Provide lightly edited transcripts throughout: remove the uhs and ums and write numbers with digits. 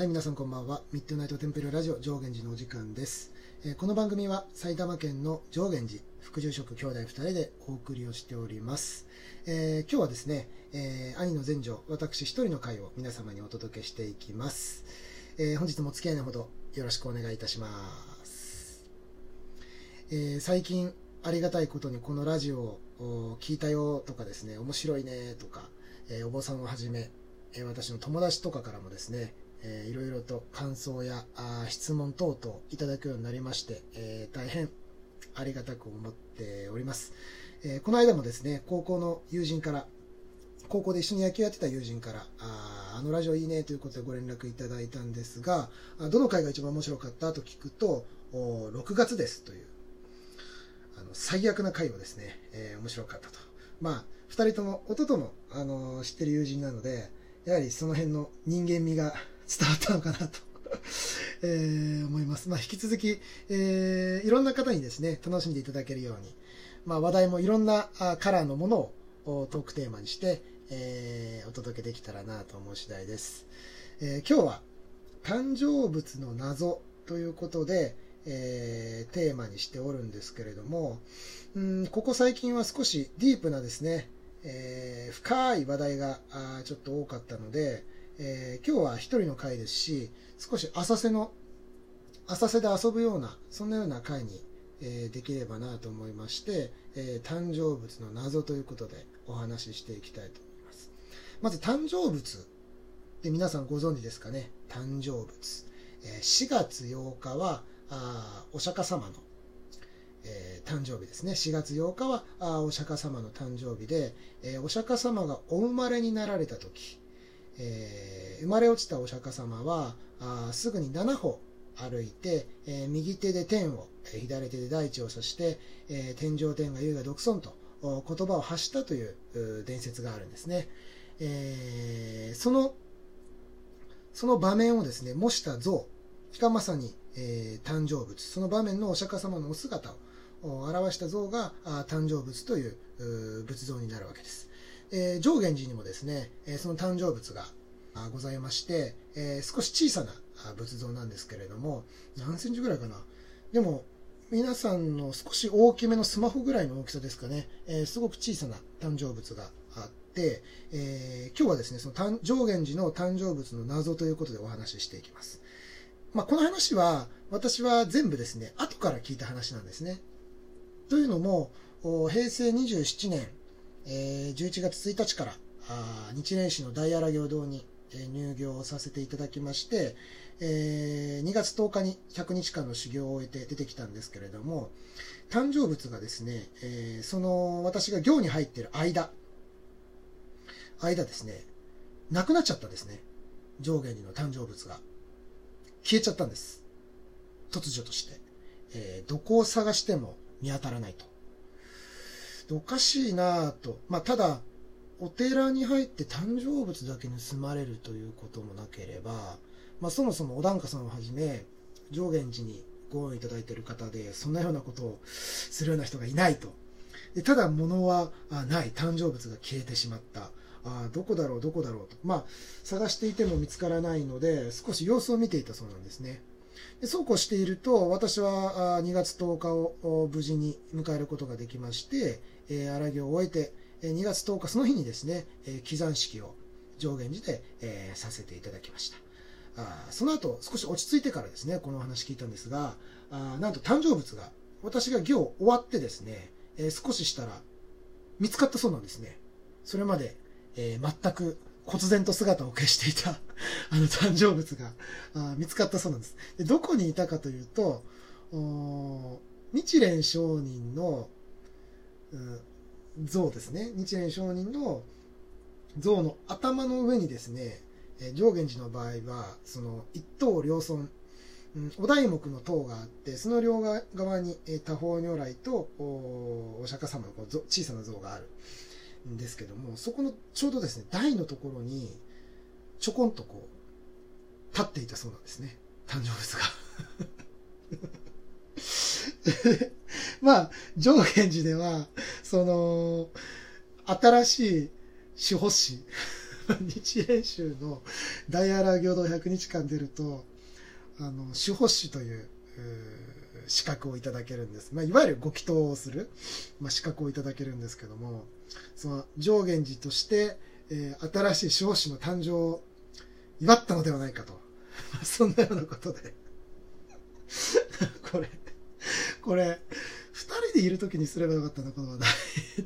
はい、皆さんこんばんは。ミッドナイトテンプルラジオ上元寺のお時間です。この番組は埼玉県の上元寺副住職兄弟2人でお送りをしております。今日はですね、兄の前女、私一人の会を皆様にお届けしていきます。本日もお付き合いのほどよろしくお願いいたします。最近ありがたいことにこのラジオを聞いたよとかですね、面白いねとか、お坊さんをはじめ、私の友達とかからもですね、いろいろと感想や質問等々いただくようになりまして、大変ありがたく思っております。この間もですね、高校の友人から、高校で一緒に野球やってた友人から、あのラジオいいねということでご連絡いただいたんですが、どの回が一番面白かったと聞くと、6月ですという、最悪な回をですね、面白かったと。まあ、2人とも、弟も、知ってる友人なので、やはりその辺の人間味が伝わったのかなと思います。まあ、引き続き、いろんな方にですね、楽しんでいただけるように、まあ、話題もいろんなカラーのものをトークテーマにして、お届けできたらなと思う次第です。今日は誕生物の謎ということで、テーマにしておるんですけれども、ここ最近は少しディープなですね、深い話題がちょっと多かったので、今日は一人の回ですし、少し浅瀬で遊ぶような、そんなような回に、できればなと思いまして、誕生物の謎ということでお話ししていきたいと思います。まず誕生物って皆さんご存知ですかね。誕生物。4月8日はお釈迦様の、誕生日ですね。4月8日はお釈迦様の誕生日で、お釈迦様がお生まれになられた時、生まれ落ちたお釈迦様はすぐに7歩歩いて、右手で天を、左手で大地を指して、天上天下優雅独尊と言葉を発したという伝説があるんですね。その場面をですね、模した像がまさに、誕生物、その場面のお釈迦様のお姿を表した像が誕生物という仏像になるわけです。上元寺にもですね、その誕生物がございまして、少し小さな仏像なんですけれども、何センチぐらいかな。でも皆さんの少し大きめのスマホぐらいの大きさですかね。すごく小さな誕生物があって、今日はですね、その上元寺の誕生物の謎ということでお話ししていきます。まあ、この話は私は全部ですね、後から聞いた話なんですね。というのも、平成27年、11月1日から日蓮宗の大荒行堂に入行させていただきまして、2月10日に100日間の修行を終えて出てきたんですけれども、誕生物がですね、その私が行に入っている間ですね、なくなっちゃったんですね。上元寺の誕生物が消えちゃったんです。突如として、どこを探しても見当たらないと。おかしいなぁと。まあ、ただお寺に入って誕生物だけ盗まれるということもなければ、まあ、そもそもお檀家さんをはじめ上元寺にご恩いただいている方でそんなようなことをするような人がいないと。でただ物はない、誕生物が消えてしまった、どこだろうと、まあ、探していても見つからないので少し様子を見ていたそうなんですね。でそうこうしていると私は2月10日を無事に迎えることができまして、荒行を終えて2月10日その日にですね、起山式を上元寺で、させていただきました。その後少し落ち着いてからですね、このお話聞いたんですが、なんと誕生物が私が行終わってですね、少ししたら見つかったそうなんですね。それまで、全く忽然と姿を消していた誕生物が見つかったそうなんです。でどこにいたかというと、日蓮聖人の像ですね。日蓮聖人の像の頭の上にですね、上元寺の場合はその一塔両尊、お題目の塔があって、その両側に多宝如来とお釈迦様の小さな像があるんですけども、そこのちょうどですね、台のところにちょこんとこう立っていたそうなんですね、誕生物がまあ上元寺ではその新しい守護神日蓮宗の大阿羅行道100日間出ると、守法師という資格をいただけるんです。いわゆるご祈祷をする、資格をいただけるんですけども、その上元寺として、新しい守法師の誕生を祝ったのではないかと。そんなようなことで。これ、二人でいるときにすればよかったな、この話題。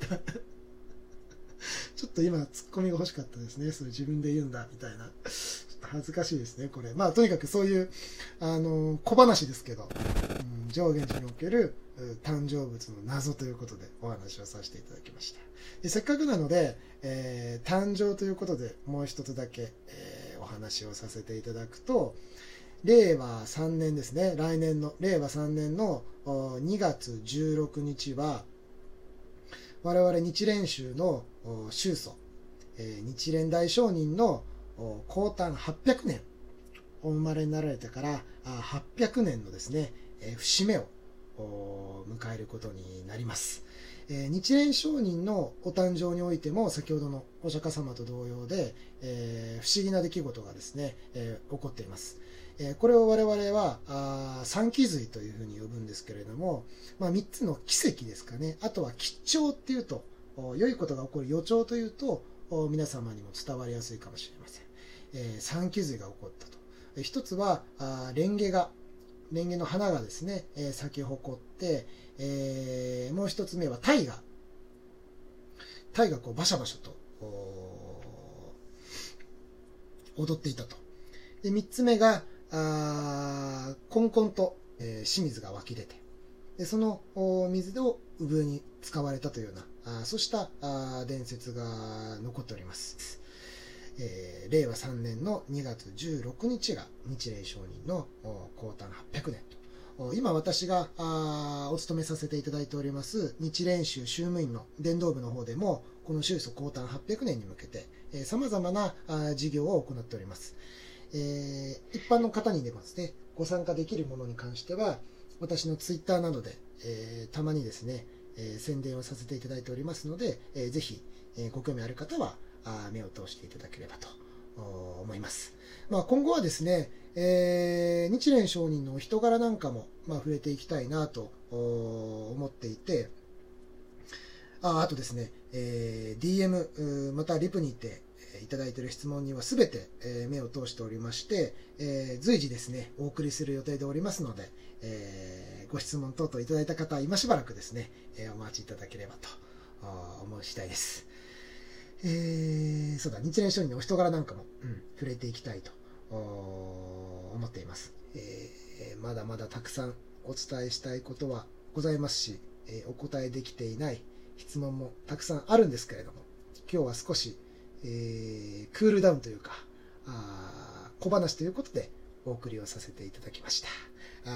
ちょっと今、ツッコミが欲しかったですね。それ自分で言うんだ、みたいな。ちょっと恥ずかしいですね、これ。とにかくそういう、小話ですけど、上元寺における誕生物の謎ということでお話をさせていただきました。でせっかくなので、誕生ということでもう一つだけ、お話をさせていただくと、令和3年ですね、来年の令和3年の2月16日は、我々日蓮宗の宗祖、日蓮大聖人の降誕800年、お生まれになられてから800年のですね、節目を迎えることになります。日蓮聖人のお誕生においても先ほどのお釈迦様と同様で、不思議な出来事がですね、起こっています。これを我々は三奇髄というふうに呼ぶんですけれども、3つの奇跡ですかね。あとは吉兆っていうと、良いことが起こる予兆というと皆様にも伝わりやすいかもしれません。三奇髄が起こったと。一つは蓮華の花がですね、咲き誇って、もう一つ目は鯛がこうバシャバシャと踊っていたと。で三つ目がこんこんと、清水が湧き出て、でその水を産湯に使われたというようなそうした伝説が残っております。令和3年の2月16日が日蓮聖人の降誕800年と。今私がお勤めさせていただいております日蓮宗宗務院の伝道部の方でもこの宗祖降誕800年に向けて様々な事業を行っております。一般の方にでもですね、ご参加できるものに関しては私のツイッターなどで、たまにですね、宣伝をさせていただいておりますので、ぜひ、ご興味ある方は目を通していただければと思います。今後はですね、日蓮聖人のお人柄なんかも触れていきたいなと思っていて、あとですね、DM またリプにていただいている質問にはすべて目を通しておりまして、随時ですねお送りする予定でおりますので、ご質問等々いただいた方は今しばらくですね、お待ちいただければと思う次第です。そうだ、日蓮聖人のお人柄なんかも、触れていきたいと思っています。まだまだたくさんお伝えしたいことはございますし、お答えできていない質問もたくさんあるんですけれども、今日は少し、クールダウンというか小話ということでお送りをさせていただきました。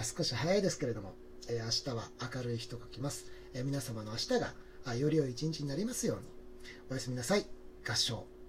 少し早いですけれども、明日は明るい日と書きます。皆様の明日がより良い一日になりますように。おやすみなさい。合唱。